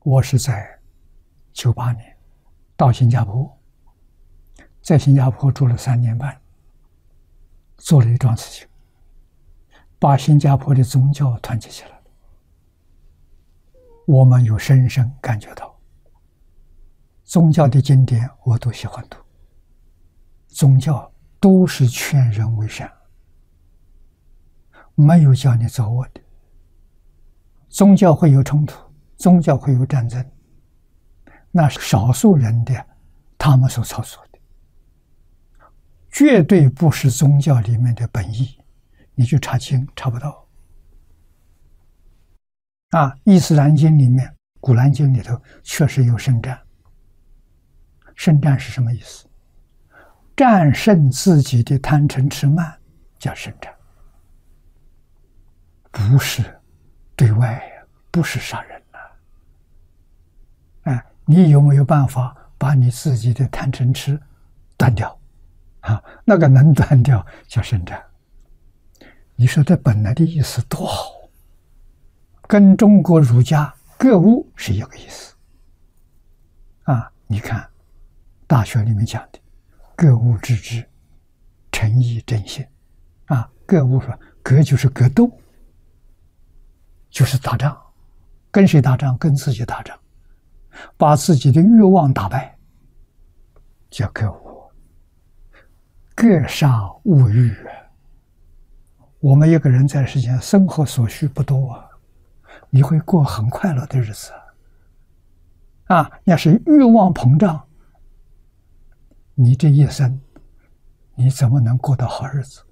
我是在98年到新加坡，在新加坡住了3年半，做了一桩事情，把新加坡的宗教团结起来了。我们有深深感觉到，宗教的经典我都喜欢读，宗教都是劝人为善，没有叫你走我的。宗教会有冲突，宗教会有战争，那是少数人的他们所操作的，绝对不是宗教里面的本意，你去查经查不到。伊斯兰经里面，古兰经里头确实有圣战。圣战是什么意思？战胜自己的贪嗔痴慢叫圣战，不是对外，不是杀人你有没有办法把你自己的贪嗔痴断掉？那个能断掉叫圣战。你说这本来的意思多好，跟中国儒家格物是一个意思。你看大学里面讲的格物致知，诚意正信。格物说格就是格斗，就是打仗，跟谁打仗？跟自己打仗，把自己的欲望打败，叫格物。格杀勿欲。我们一个人在世间生活所需不多你会过很快乐的日子要是欲望膨胀，你这一生你怎么能过到好日子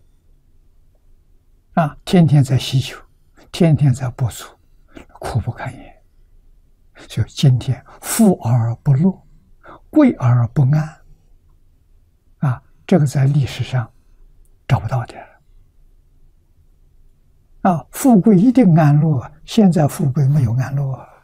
天天在希求，天天在不足，苦不堪言。所以今天富而不乐，贵而不安这个在历史上找不到的富贵一定安乐，现在富贵没有安乐